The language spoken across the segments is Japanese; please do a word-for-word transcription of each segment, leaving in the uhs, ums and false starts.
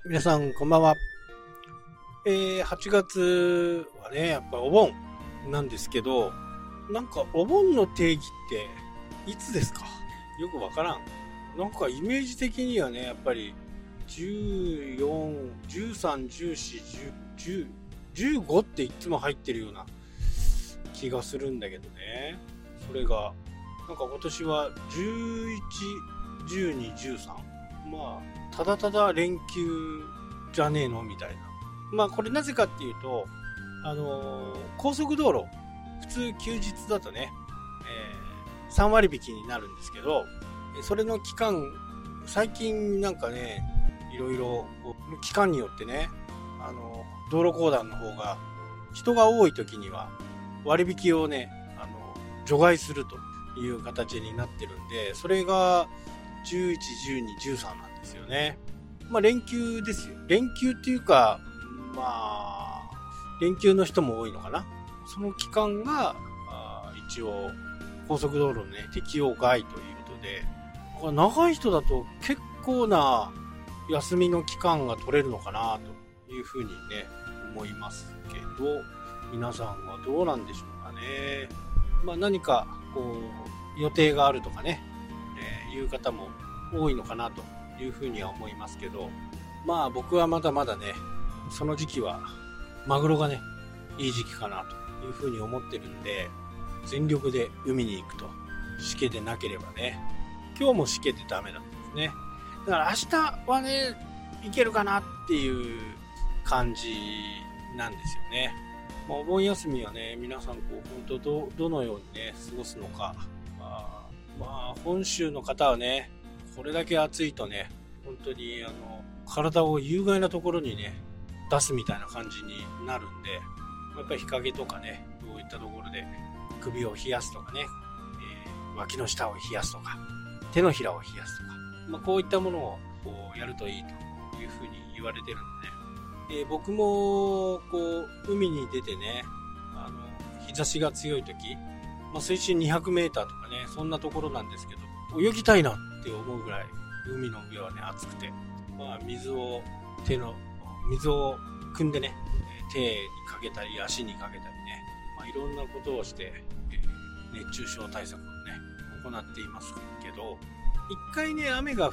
皆さんこんばんは。えー、はちがつはね、やっぱお盆なんですけど、なんかお盆の定義っていつですか？よくわからん。なんかイメージ的にはね、やっぱりじゅうよん、じゅうさん、じゅうよん、じゅう、じゅうごっていつも入ってるような気がするんだけどね。それがなんか今年はじゅういち、じゅうに、じゅうさん、まあただただ連休じゃねえのみたいな。まあこれなぜかっていうと、あのー、高速道路普通休日だとね、えー、さんわり引きになるんですけど、それの期間最近なんかね、いろいろ期間によってね、あのー、道路公団の方が人が多い時には割引をね、あのー、除外するという形になってるんで、それがじゅういち、じゅうに、じゅうさんなんですよね。まあ連休ですよ。連休っていうか、まあ連休の人も多いのかな。その期間が一応高速道路のね適用外ということで、これ長い人だと結構な休みの期間が取れるのかなというふうにね思いますけど、皆さんはどうなんでしょうかね。まあ何かこう予定があるとかね、えー、いう方も多いのかなというふうには思いますけど、まあ僕はまだまだね、その時期はマグロがねいい時期かなというふうに思ってるんで、全力で海に行くと。しけでなければね。今日もしけてダメだったんですね。だから明日はね行けるかなっていう感じなんですよね。まあ、お盆休みはね、皆さんこう本当どどのようにね過ごすのか。まあ、まあ、本州の方はね、これだけ暑いとね、本当にあの体を有害なところにね出すみたいな感じになるんで、やっぱり日陰とかね、そういったところで首を冷やすとかね、えー、脇の下を冷やすとか、手のひらを冷やすとか、まあ、こういったものをこうやるといいというふうに言われてるんでね。で、僕もこう海に出てね、あの日差しが強い時、まあ、水深にひゃくメーターとかね、そんなところなんですけど、泳ぎたいなって思うぐらい海の上はね暑くて、まあ、水を手の水を汲んでね、手にかけたり足にかけたりね、まあ、いろんなことをして、えー、熱中症対策をね行っていますけど、一回ね雨が降って、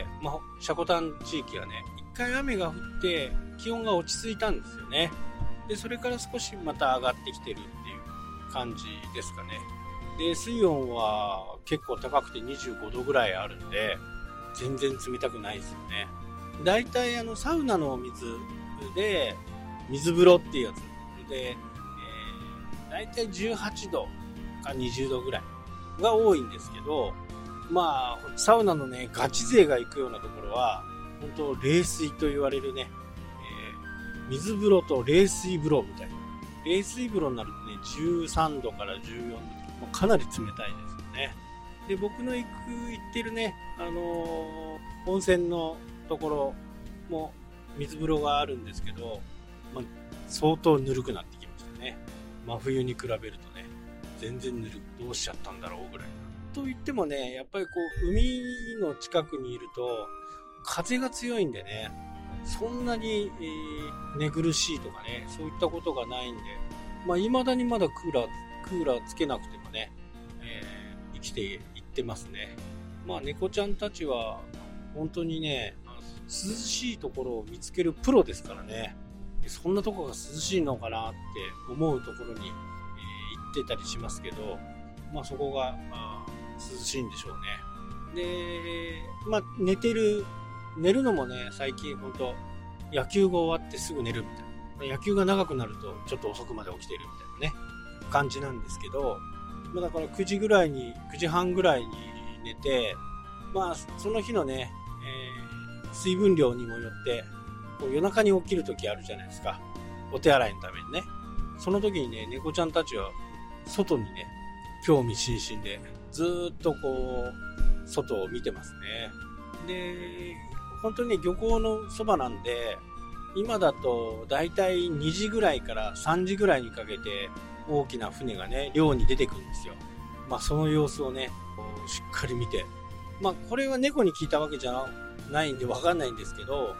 まあ、積丹地域はね一回雨が降って気温が落ち着いたんですよね。でそれから少しまた上がってきてるっていう感じですかね。で水温は結構高くてにじゅうごどぐらいあるんで、全然冷たくないですよね。だいたいあのサウナの水で水風呂っていうやつで、えー、だいたいじゅうはちどかにじゅうどぐらいが多いんですけど、まあサウナのねガチ勢が行くようなところは本当冷水と言われるね、えー、水風呂と冷水風呂みたいな。冷水風呂になるとねじゅうさんどからじゅうよんど、まあ、かなり冷たいですよね。で僕の行く行ってるね、あのー、温泉のところも水風呂があるんですけど、まあ、相当ぬるくなってきましたね。真冬に比べるとね全然ぬるく、どうしちゃったんだろうぐらいと言ってもね、やっぱりこう海の近くにいると風が強いんでね、そんなに、えー、寝苦しいとかね、そういったことがないんで、まあ未だにまだクーラークーラーつけなくてもね、えー、生きていってますね。まあ猫ちゃんたちは本当にね涼しいところを見つけるプロですからね。そんなとこが涼しいのかなって思うところに、えー、行ってたりしますけど、まあそこが涼しいんでしょうね。で、まあ寝てる寝るのもね、最近本当野球が終わってすぐ寝るみたいな、野球が長くなるとちょっと遅くまで起きてるみたいなね感じなんですけど、まあ、だからくじぐらいにくじはんぐらいに寝て、まあその日のね、えー、水分量にもよってこう夜中に起きる時あるじゃないですか、お手洗いのためにね。その時にね猫ちゃんたちは外にね興味津々でずーっとこう外を見てますね。で本当にね漁港のそばなんで、今だとだいたいにじぐらいからさんじぐらいにかけて大きな船がね漁に出てくるんですよ。まあその様子をねこうしっかり見て、まあこれは猫に聞いたわけじゃないんでわかんないんですけど、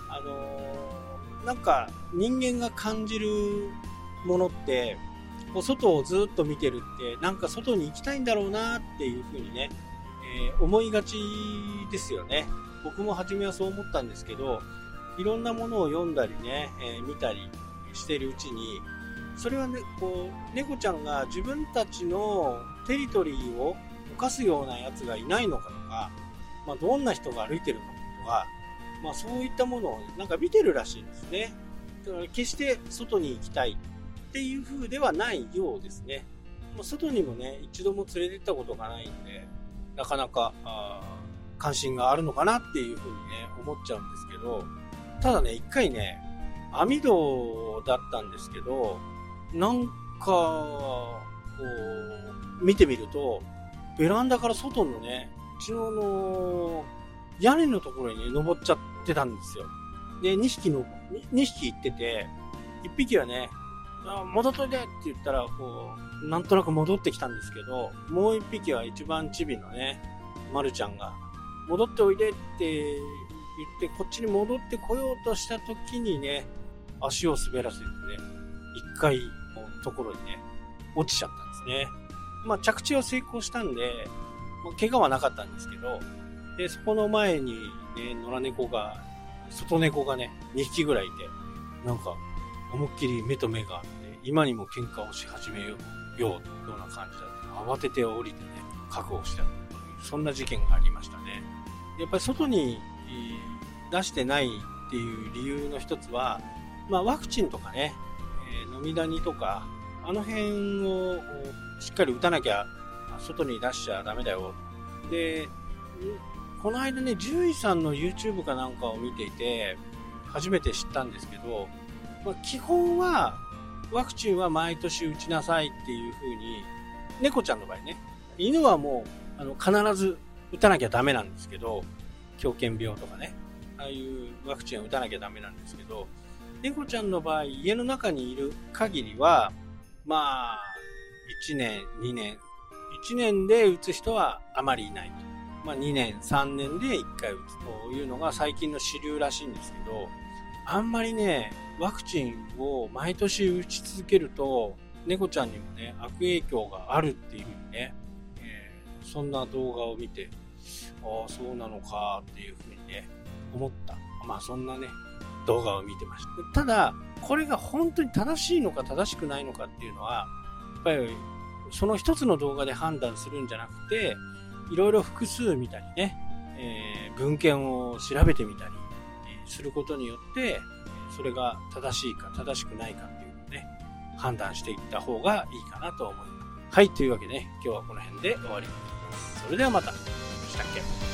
あのー、なんか人間が感じるものってこう外をずっと見てるってなんか外に行きたいんだろうなっていうふうにね、えー、思いがちですよね。僕も初めはそう思ったんですけど、いろんなものを読んだりね、えー、見たりしてるうちに、それはね、こう猫ちゃんが自分たちのテリトリーを犯すようなやつがいないのかとか、まあ、どんな人が歩いてるのかとか、まあ、そういったものをなんか見てるらしいんですね。だから決して外に行きたいっていう風ではないようですね。もう外にもね一度も連れて行ったことがないんで、なかなかあ関心があるのかなっていう風にね思っちゃうんですけど、ただね一回ね網戸だったんですけど、なんかこう見てみるとベランダから外のねうちのの屋根のところに、ね、登っちゃってたんですよ。でにひきのにひき行ってて、いっぴきはねあ戻っといてって言ったらこうなんとなく戻ってきたんですけど、もういっぴきは一番チビのねまるちゃんが戻っておいでって言ってこっちに戻ってこようとした時にね足を滑らせてね一回のところにね落ちちゃったんですね。まあ着地は成功したんで、まあ、怪我はなかったんですけど、でそこの前にね野良猫が外猫がねにひきぐらいいて、なんか思いっきり目と目があって今にも喧嘩をし始めようような感じだった。慌てて降りてね確保したというそんな事件がありましたね。やっぱり外に出してないっていう理由の一つは、まあ、ワクチンとかね、えー、飲みダニとかあの辺をしっかり打たなきゃ外に出しちゃダメだよ。でこの間ね獣医さんの YouTube かなんかを見ていて初めて知ったんですけど、まあ、基本はワクチンは毎年打ちなさいっていう風に、猫ちゃんの場合ね、犬はもうあの必ず打たなきゃダメなんですけど、狂犬病とかね、ああいうワクチンは打たなきゃダメなんですけど、猫ちゃんの場合家の中にいる限りはまあいちねんにねんいちねんで打つ人はあまりいないと、まあ、にねんさんねんでいっかい打つというのが最近の主流らしいんですけど、あんまりねワクチンを毎年打ち続けると猫ちゃんにもね悪影響があるっていうふうにね、えー、そんな動画を見て、ああそうなのかっていうふうにね思った、まあそんなね動画を見てました。ただこれが本当に正しいのか正しくないのかっていうのはやっぱりその一つの動画で判断するんじゃなくて、いろいろ複数見たりね、えー、文献を調べてみたりすることによってそれが正しいか正しくないかっていうのをね判断していった方がいいかなと思います。はい、というわけで、ね、今日はこの辺で終わりになります。それではまた。したっけ。